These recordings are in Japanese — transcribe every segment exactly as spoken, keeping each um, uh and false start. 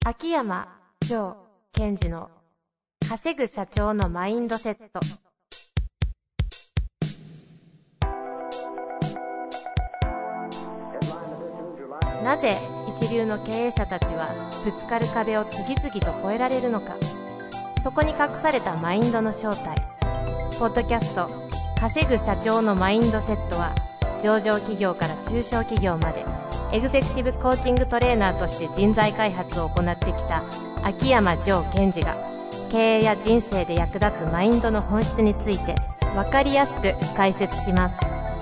秋山城賢治の稼ぐ社長のマインドセット。なぜ一流の経営者たちはぶつかる壁を次々と越えられるのか。そこに隠されたマインドの正体。ポッドキャスト稼ぐ社長のマインドセットは、上場企業から中小企業までエグゼクティブコーチングトレーナーとして人材開発を行ってきた秋山城賢治が、経営や人生で役立つマインドの本質について分かりやすく解説します。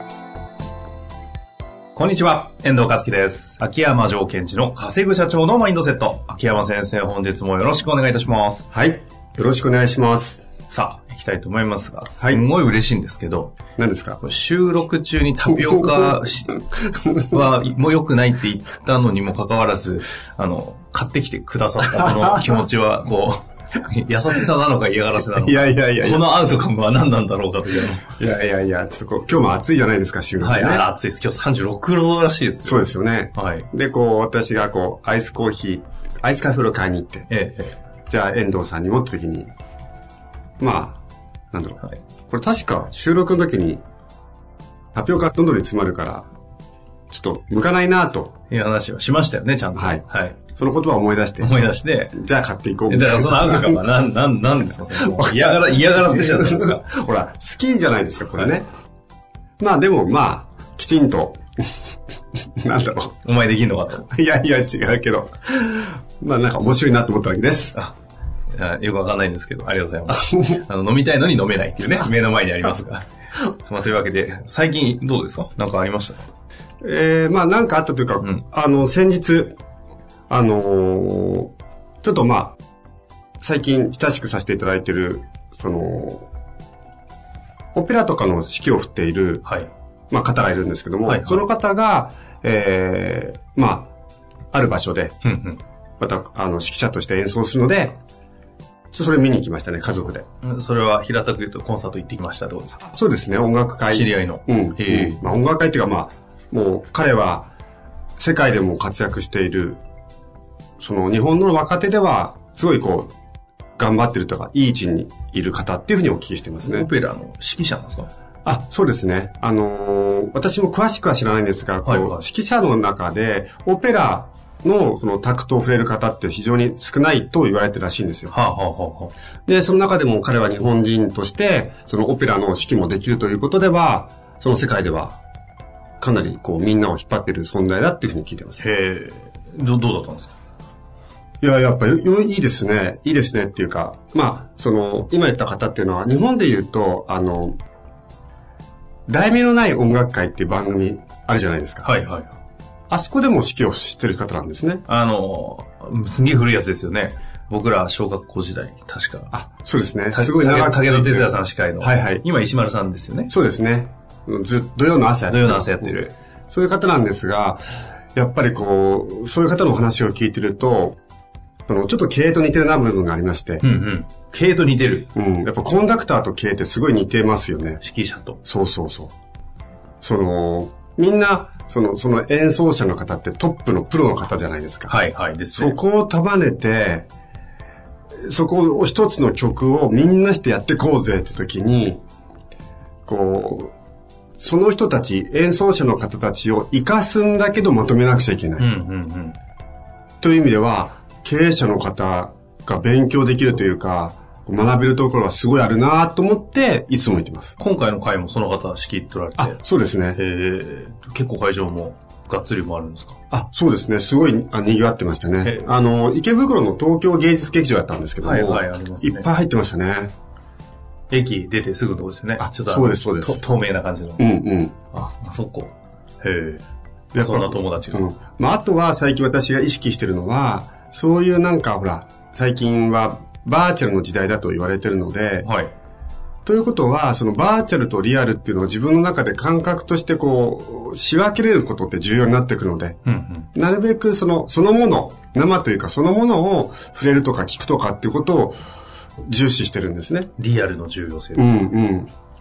こんにちは、遠藤和樹です。秋山城賢治の稼ぐ社長のマインドセット。秋山先生、本日もよろしくお願いいたします。 はい、よろしくお願いします。 さあ、行きたいと思いますが、すんごい嬉しいんですけど、 何ですか？ 収録中にタピオカはもう良くないって言ったのにもかかわらず、あの、買ってきてくださったこの気持ちは、こう、優しさなのか嫌がらせなのか。 いやいやいやいや。 このアウトカムは何なんだろうかというの。 いやいやいや、ちょっとこう、今日も暑いじゃないですか、収録ね。 はい、暑いです。今日さんじゅうろくどらしいですよ。 そうですよね。 はい。 で、こう、私がこう、アイスコーヒー、アイスカフェを買いに行って、 ええ、 じゃあ遠藤さんにもって時に、まあ、なんだろう。はい、これ確か収録の時に、タピオカ喉に詰まるから、ちょっと向かないなと。 いう話はしましたよね、ちゃんと。 はい。 はい。 その言葉を思い出して。 思い出して。 じゃあ買っていこう。 だからそのアウトカムは何、何、何ですかその嫌がら、嫌がらせじゃないですか。 ほら、好きじゃないですか、これね。はい、まあでもまあ、きちんと、なんだろう。お前できんのかと。 いやいや違うけど。まあなんか面白いなと思ったわけです。 あ、よくわかんないんですけど、ありがとうございます。あの、飲みたいのに飲めないっていうね、目の前にありますが。まあというわけで、最近どうですか？なんかありましたか？ えー、まあなんかあったというか、うん、あの、先日、あのー、ちょっとまあ、最近親しくさせていただいている、その、オペラとかの指揮を振っている、はい、まあ方がいるんですけども、はいはい、その方が、えー、まあ、ある場所で、うんうん、また、あの、指揮者として演奏するので、それ見に行きましたね、家族で。 それは平たく言うとコンサート行ってきましたってことですか？ そうですね、音楽会。 知り合いの。 うん。へー。まあ音楽会っていうかまあ、もう彼は世界でも活躍している、その日本の若手ではすごいこう、頑張ってるとか、いい位置にいる方っていうふうにお聞きしてますね。 オペラの指揮者なんですか？ あ、そうですね。あのー、私も詳しくは知らないんですが、こう、はいはい、指揮者の中で、オペラのそのタクトを触れる方って非常に少ないと言われてるらしいんですよ。はあはあはあ、で、その中でも彼は日本人として、そのオペラの指揮もできるということでは、その世界では、かなりこうみんなを引っ張っている存在だっていうふうに聞いてます。 へえ。ど、どうだったんですか？ いや、やっぱりいいですね。いいですねっていうか、まあ、その、今言った方っていうのは、日本で言うと、あの、題名のない音楽会っていう番組あるじゃないですか。はいはい。あそこでも指揮をしてる方なんですね。 あの、すんげえ古いやつですよね。僕ら小学校時代、確か。 あ、そうですね。 すごい長く武田鉄矢さん司会の。 はいはい。 今石丸さんですよね。 そうですね。ず土曜の朝やってる。 土曜の朝やってる。 そういう方なんですが、やっぱりこう、そういう方のお話を聞いてると、そのちょっと経営と似てるな部分がありまして。 うんうん。経営と似てる。 うん。やっぱコンダクターと経営ってすごい似てますよね。 指揮者と。 そうそうそう。その、みんな、その、その演奏者の方ってトップのプロの方じゃないですか。 はいはいですね。 そこを束ねて、そこを一つの曲をみんなしてやってこうぜって時に、こう、その人たち、演奏者の方たちを生かすんだけどまとめなくちゃいけない。うんうんうん、という意味では、経営者の方が勉強できるというか、学べるところはすごいあるなと思って、いつも言ってます。 今回の回もその方仕切ってられて。 あ、そうですね。 へ結構会場もがっつりもあるんですか？ あ、そうですね。すごいあ賑わってましたね。あの、池袋の東京芸術劇場だったんですけども、はいはい、ありますね。いっぱい入ってましたね。 駅出てすぐのとこですよね。 あ、ちょっとそうです、そうです。 透明な感じの。 うんうん。 あ、そこ。へえ。そんな友達が。 うん。まあ、あとは最近私が意識してるのは、そういうなんかほら、最近はバーチャルの時代だと言われてるので、はい。ということは、そのバーチャルとリアルっていうのを自分の中で感覚としてこう、仕分けれることって重要になってくるので、うんうん、なるべくその、そのもの、生というかそのものを触れるとか聞くとかっていうことを重視してるんですね。 リアルの重要性です。 うんうん。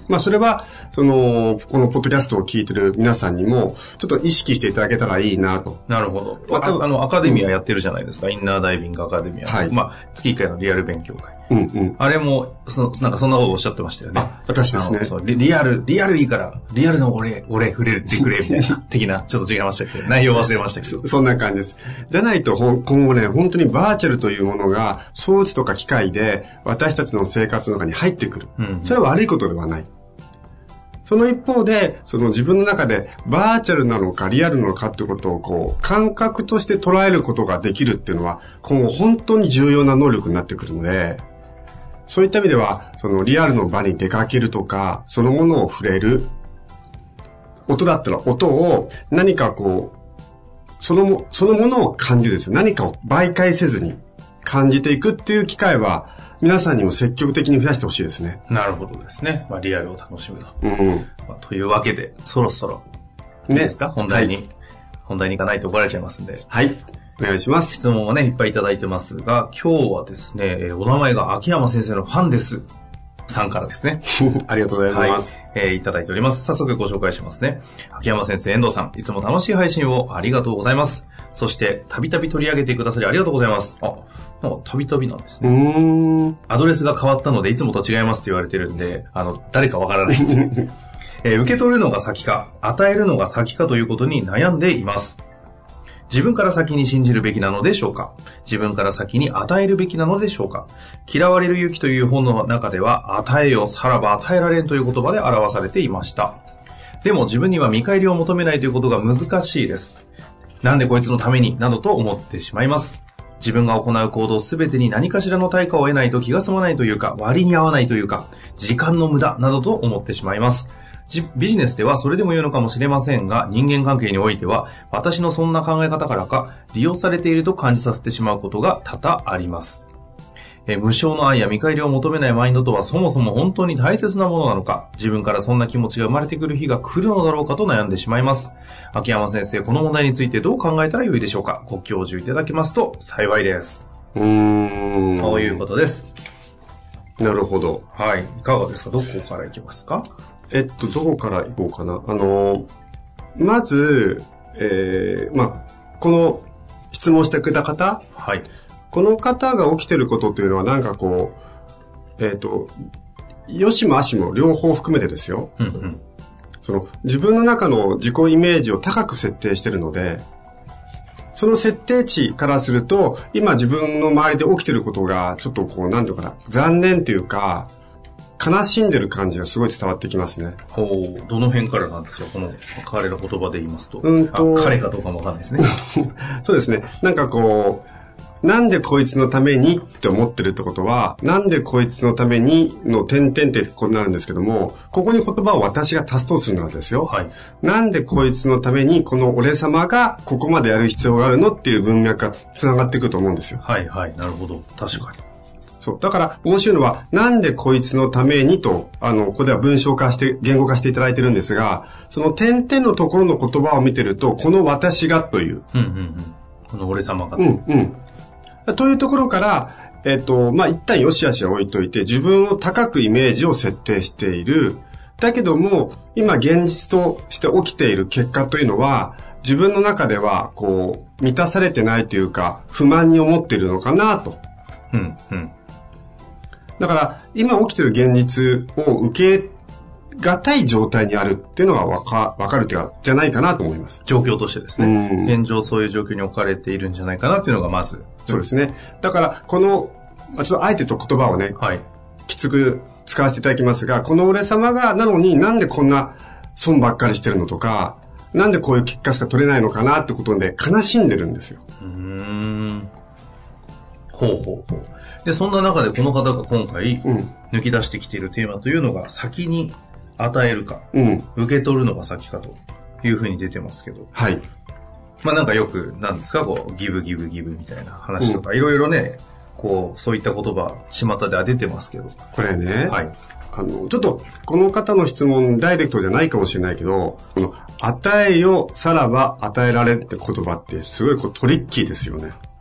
まあそれは、その、このポッドキャストを聞いてる皆さんにも、ちょっと意識していただけたらいいなと。 なるほど。あ, あの、アカデミアやってるじゃないですか。うん、インナーダイビングアカデミア。はい。まあ、月いっかいのリアル勉強会。うんうん。あれも、その、なんかそんなことおっしゃってましたよね。 あ、私ですね。 そうリ、リアル、リアルいいから、リアルの俺、俺触れてくれ、みたいな、的な、ちょっと違いましたけど、内容忘れましたけど。 そ, そんな感じです。じゃないと、今後ね、本当にバーチャルというものが、装置とか機械で、私たちの生活の中に入ってくる。うんうん、それは悪いことではない。その一方で、その自分の中でバーチャルなのかリアルなのかってことをこう、感覚として捉えることができるっていうのは、今後本当に重要な能力になってくるので、そういった意味では、そのリアルの場に出かけるとか、そのものを触れる。音だったら音を何かこう、その、そのものを感じるんですよ。何かを媒介せずに感じていくっていう機会は、皆さんにも積極的に増やしてほしいですね。 なるほどですね。まあ、リアルを楽しむと。うんまあ、というわけで、そろそろ、ね、いいですか本題に、はい、本題に行かないと怒られちゃいますんで。 はい。お願いします。 質問をね、いっぱいいただいてますが、今日はですね、お名前が秋山先生のファンです。さんからですね。 ありがとうございます。 はい、えー、いただいております。早速ご紹介しますね。秋山先生、遠藤さん、いつも楽しい配信をありがとうございます。そして、たびたび取り上げてくださりありがとうございます。あ、なんかたびたびなんですね。うーんアドレスが変わったので、いつもと違いますと言われてるんで、あの、誰かわからない。えー、受け取るのが先か、与えるのが先かということに悩んでいます。自分から先に信じるべきなのでしょうか？自分から先に与えるべきなのでしょうか？嫌われる勇気という本の中では、与えよさらば与えられんという言葉で表されていました。でも自分には見返りを求めないということが難しいです。なんでこいつのためになどと思ってしまいます。自分が行う行動すべてに何かしらの対価を得ないと気が済まないというか、割に合わないというか、時間の無駄などと思ってしまいます。ビジネスではそれでも良いのかもしれませんが、人間関係においては、私のそんな考え方からか、利用されていると感じさせてしまうことが多々あります。え無償の愛や見返りを求めないマインドとはそもそも本当に大切なものなのか、自分からそんな気持ちが生まれてくる日が来るのだろうかと悩んでしまいます。秋山先生、この問題についてどう考えたらよいでしょうか？ご教授いただけますと幸いです。うーん。ということです。 なるほど。 はい。いかがですか？どこからいきますか？ えっと、どこから行こうかな。あの、まず、えー、まあ、この質問してくれた方。 はい。 この方が起きてることっていうのはなんかこう、えっと、よしもあしも両方含めてですよ。うんうん。その、自分の中の自己イメージを高く設定してるので、その設定値からすると、今自分の周りで起きてることが、ちょっとこう、なんていうかな、残念というか、悲しんでる感じがすごい伝わってきますね。 ほう、どの辺からなんですか？この彼の言葉で言いますと。うんと彼かどうかもわかんないですね。 そうですね。なんかこう、なんでこいつのためにって思ってるってことは、なんでこいつのためにの点々ってことになるんですけども、ここに言葉を私が足すとするのはですよ。はい。なんでこいつのためにこの俺様がここまでやる必要があるのっていう文脈がつ、つながってくると思うんですよ。 はいはい。なるほど。確かに。 そう。だから、面白いのは、なんでこいつのためにと、あの、ここでは文章化して、言語化していただいてるんですが、その点々のところの言葉を見てると、この私がという。 うんうんうん。この俺様が。 うんうん。というところから、えっと、まあ、一旦よしあしは置いといて、自分を高くイメージを設定している。だけども、今現実として起きている結果というのは、自分の中では、こう、満たされてないというか、不満に思っているのかなと。 うんうん。 だから、今起きてる現実を受けがたい状態にあるっていうのがわか、わかるっていうか、じゃないかなと思います。 状況としてですね。現状そういう状況に置かれているんじゃないかなっていうのがまず。 そうですね。だから、この、ちょっとあえてと言葉をね、はい、きつく使わせていただきますが、この俺様が、なのになんでこんな損ばっかりしてるのとか、なんでこういう結果しか取れないのかなってことで悲しんでるんですよ。うーん。 ほうほうほう。で、そんな中でこの方が今回、抜き出してきているテーマというのが、先に与えるか、うん、受け取るのが先かというふうに出てますけど。 はい。 まあなんかよく、なんですか、こう、ギブギブギブみたいな話とか、いろいろね、こう、そういった言葉、巷では出てますけど。 これね、はい。あの、ちょっと、この方の質問、ダイレクトじゃないかもしれないけど、この、与えよ、さらば与えられって言葉って、すごいこうトリッキーですよね。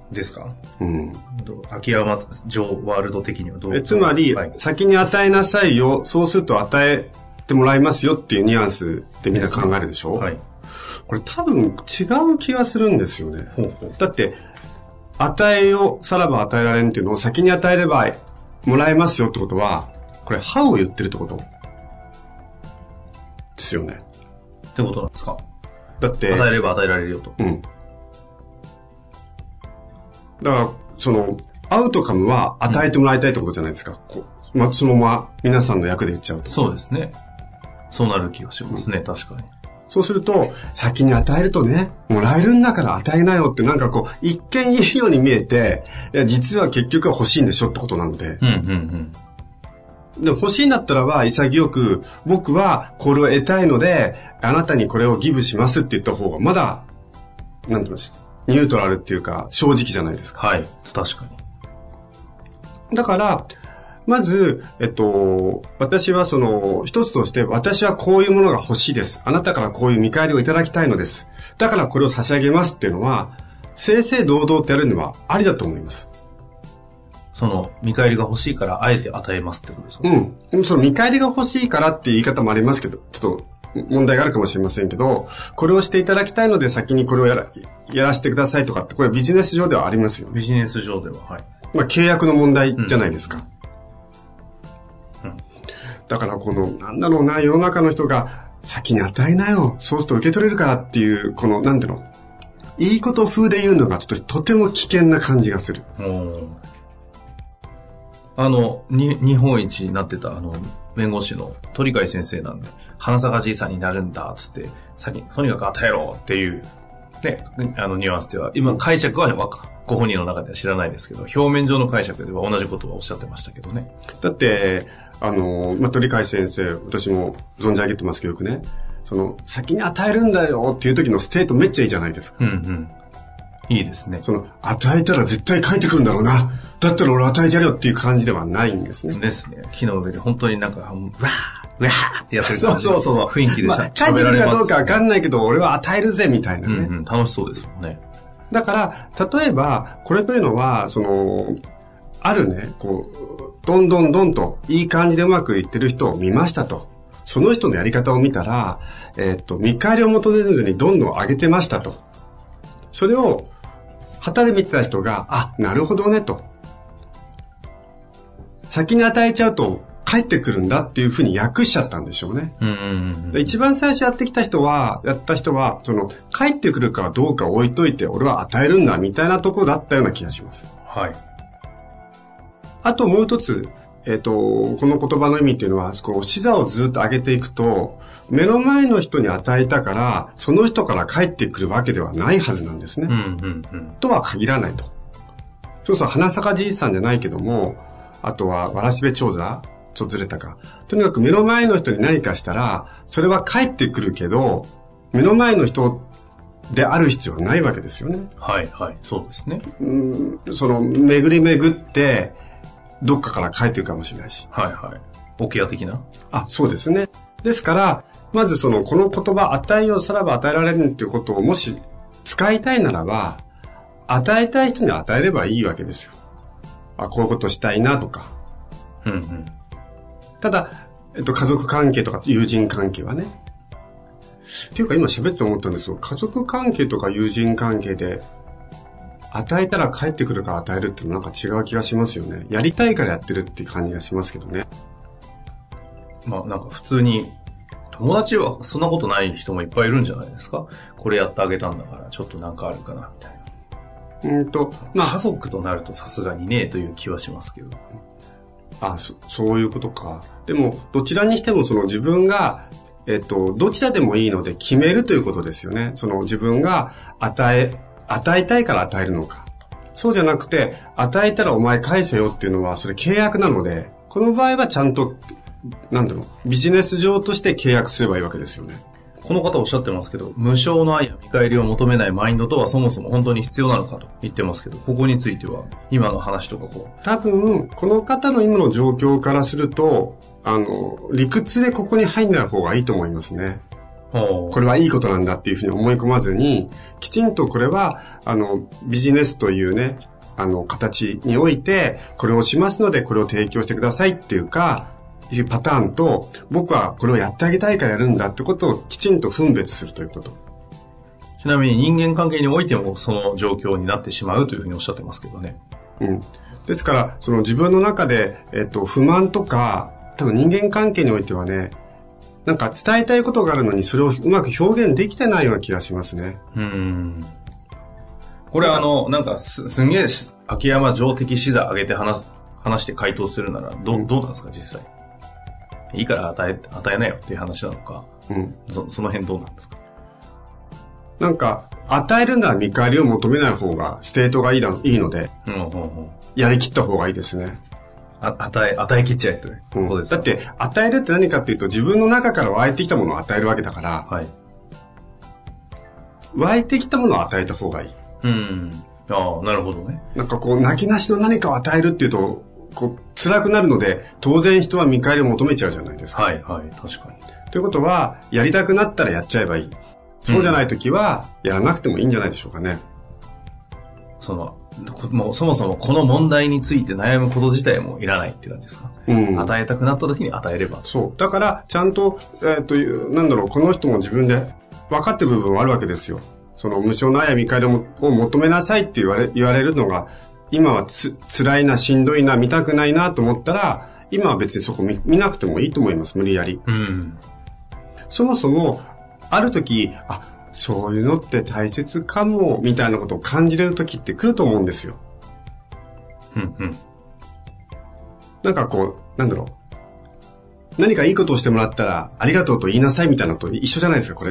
ですか？ うん。 秋山城ワールド的にはどう？ えつまり、はい、先に与えなさいよ、そうすると与えてもらいますよっていうニュアンスでみんな考えるでしょ？はい。これ多分違う気がするんですよね。ほうほう。だって、与えよ、さらば与えられんっていうのを先に与えればもらえますよってことは、これ、歯を言ってるってことですよね。 ってことなんですか？ だって。 与えれば与えられるよと。 うん。だから、その、アウトカムは与えてもらいたいってことじゃないですか。うん、こうまあ、そのまま皆さんの役で言っちゃうと。 そうですね。そうなる気がしますね、うん、確かに。 そうすると、先に与えるとね、もらえるんだから与えなよってなんかこう、一見いいように見えて、いや実は結局は欲しいんでしょってことなので。 うんうんうん。 でも欲しいんだったらば、潔く、僕はこれを得たいので、あなたにこれをギブしますって言った方が、まだ、なんて言います、ニュートラルっていうか、正直じゃないですか。 はい、確かに。だから、まず、えっと、私はその、一つとして、私はこういうものが欲しいです。あなたからこういう見返りをいただきたいのです。だからこれを差し上げますっていうのは、正々堂々ってやるのはありだと思います。 その、見返りが欲しいから、あえて与えますってことですか？ うん。でもその見返りが欲しいからっていう言い方もありますけど、ちょっと問題があるかもしれませんけど、これをしていただきたいので先にこれをやら、やらせてくださいとかって、これビジネス上ではありますよね。 ビジネス上では、はい。 まあ契約の問題じゃないですか。 うん。うん、 だからこの、なんだろうな、世の中の人が先に与えなよ、そうすると受け取れるからっていう、この、なんていうの、いいこと風で言うのがちょっととても危険な感じがする。 あの、に、日本一になってた、あの、弁護士の鳥貝先生なんで、花坂じいさんになるんだ、つって、先に、とにかく与えろっていう、ね、あの、ニュアンスでは、今、解釈はご本人の中では知らないですけど、表面上の解釈では同じことをおっしゃってましたけどね。 だって、あの、まあ、鳥貝先生、私も存じ上げてますけどよくね、その、先に与えるんだよっていう時のステートめっちゃいいじゃないですか。 うんうん。いいですね。 その、与えたら絶対返ってくるんだろうな。だったら俺与えてやるよっていう感じではないんですね。 ですね。木の上で本当になんか、うわー、うわーってやってる感じ。そうそうそう。 雰囲気でしゃ、 まあ、返ってくるかどうかわかんないけど、俺は与えるぜみたいなね。 うんうん、楽しそうですもんね。 だから、例えば、これというのは、その、あるね、こう、どんどんどんといい感じでうまくいってる人を見ましたと。その人のやり方を見たら、えー、っと、見返りを求めずにどんどん上げてましたと。それを、旗で見てた人が、あ、なるほどねと。先に与えちゃうと帰ってくるんだっていうふうに訳しちゃったんでしょうね。 うんうんうん、 一番最初やってきた人は、やった人は、その、帰ってくるかどうか置いといて、俺は与えるんだみたいなところだったような気がします。 はい。 あともう一つ、えっと、この言葉の意味っていうのは、こう、視座をずっと上げていくと、目の前の人に与えたから、その人から帰ってくるわけではないはずなんですね。 うんうんうん、 とは限らないと。そうそう、花坂じいさんじゃないけども、あとは、わらしべ長者ちょっとずれたか。とにかく目の前の人に何かしたら、それは帰ってくるけど、目の前の人である必要はないわけですよね。 はいはい、そうですね。 うん、その、巡り巡って、どっかから帰ってくるかもしれないし。 はいはい。オケア的な？ あ、そうですね。ですから、まずその、この言葉、与えよさらば与えられるっていうことをもし使いたいならば、与えたい人に与えればいいわけですよ。あ、こういうことしたいなとか。 うんうん。 ただ、えっと、家族関係とか友人関係はね。っていうか今喋って思ったんですけど、家族関係とか友人関係で、与えたら帰ってくるから与えるっていうのはなんか違う気がしますよね。やりたいからやってるっていう感じがしますけどね。 まあなんか普通に、友達はそんなことない人もいっぱいいるんじゃないですか。これやってあげたんだからちょっとなんかあるかなみたいな。 うんと、まあ、 家族となるとさすがにねという気はしますけど。 あ、そ、そういうことか。でも、どちらにしてもその自分が、えっと、どちらでもいいので決めるということですよね。その自分が与え、与えたいから与えるのか。そうじゃなくて、与えたらお前返せよっていうのは、それ契約なので、この場合はちゃんと、なんだろう、ビジネス上として契約すればいいわけですよね。 この方おっしゃってますけど、無償の愛や見返りを求めないマインドとはそもそも本当に必要なのかと言ってますけど、ここについては今の話とかこう。 多分、この方の今の状況からすると、あの、理屈でここに入んない方がいいと思いますね。 これはいいことなんだっていうふうに思い込まずに、きちんとこれは、あの、ビジネスというね、あの、形において、これをしますので、これを提供してくださいっていうか、いうパターンと、僕はこれをやってあげたいからやるんだってことをきちんと分別するということ。 ちなみに人間関係においてもその状況になってしまうというふうにおっしゃってますけどね。 うん。ですから、その自分の中で、えっと、不満とか、多分人間関係においてはね、なんか伝えたいことがあるのにそれをうまく表現できてないような気がしますね。 うん。これあの、なんかす、すんげえ秋山城的視座上げて話す、話して回答するなら、どう、どうなんですか、実際。いいから与え、与えなよっていう話なのか。うん。そ、その辺どうなんですか。 なんか、与えるなら見返りを求めない方が、ステートがいいだ、いいので、うんうんうん、やりきった方がいいですね。 あ、与え、与えきっちゃえとね。 うん、だって、与えるって何かっていうと、自分の中から湧いてきたものを与えるわけだから、はい、湧いてきたものを与えた方がいい。 うん。ああ、なるほどね。 なんかこう、なきなしの何かを与えるっていうと、こう、辛くなるので、当然人は見返りを求めちゃうじゃないですか。 はい、はい、確かに。 ということは、やりたくなったらやっちゃえばいい。そうじゃないときは、やらなくてもいいんじゃないでしょうかね。 その、もうそもそもこの問題について悩むこと自体もいらないっていう感じですか。うん。与えたくなったときに与えれば。 そう。だから、ちゃんと、えっと、なんだろう、この人も自分で分かってる部分はあるわけですよ。その無償の愛や見返りを求めなさいって言われ、言われるのが、今はつ、辛いな、しんどいな、見たくないなと思ったら、今は別にそこ 見, 見なくてもいいと思います、無理やり。うん。そもそも、ある時、あ、そういうのって大切かも、みたいなことを感じれる時って来ると思うんですよ。うんうん。なんかこう、なんだろう。何かいいことをしてもらったら、ありがとうと言いなさいみたいなのと一緒じゃないですか、これって。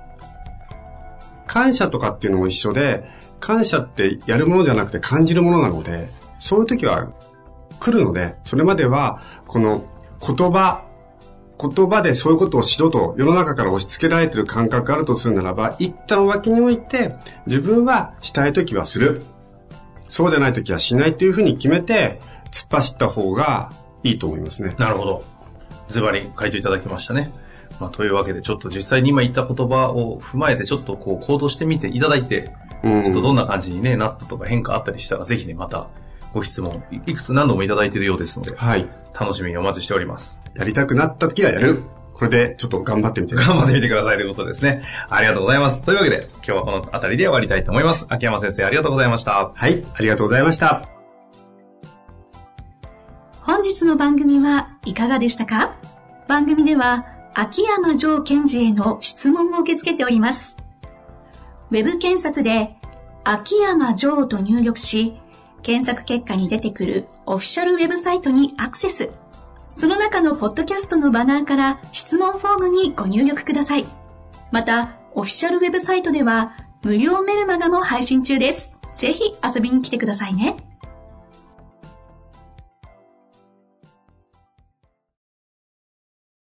感謝とかっていうのも一緒で、感謝ってやるものじゃなくて感じるものなので、そういう時は来るので、それまでは、この言葉、言葉でそういうことをしろと世の中から押し付けられている感覚があるとするならば、一旦脇に置いて、自分はしたいときはする。そうじゃないときはしないっていうふうに決めて、突っ走った方がいいと思いますね。 なるほど。ズバリ回答いただきましたね。まあ、というわけで、ちょっと実際に今言った言葉を踏まえて、ちょっとこう行動してみていただいて、うん、ちょっとどんな感じに、ね、なったとか変化あったりしたら、ぜひね、またご質問、いくつ何度もいただいているようですので、はい、楽しみにお待ちしております。 やりたくなった時はやる。これでちょっと頑張ってみてください。 頑張ってみてくださいということですね。ありがとうございます。というわけで、今日はこのあたりで終わりたいと思います。秋山先生、ありがとうございました。 はい、ありがとうございました。 本日の番組はいかがでしたか？番組では、秋山城賢治への質問を受け付けております。ウェブ検索で、秋山城と入力し、検索結果に出てくるオフィシャルウェブサイトにアクセス。その中のポッドキャストのバナーから質問フォームにご入力ください。また、オフィシャルウェブサイトでは無料メルマガも配信中です。ぜひ遊びに来てくださいね。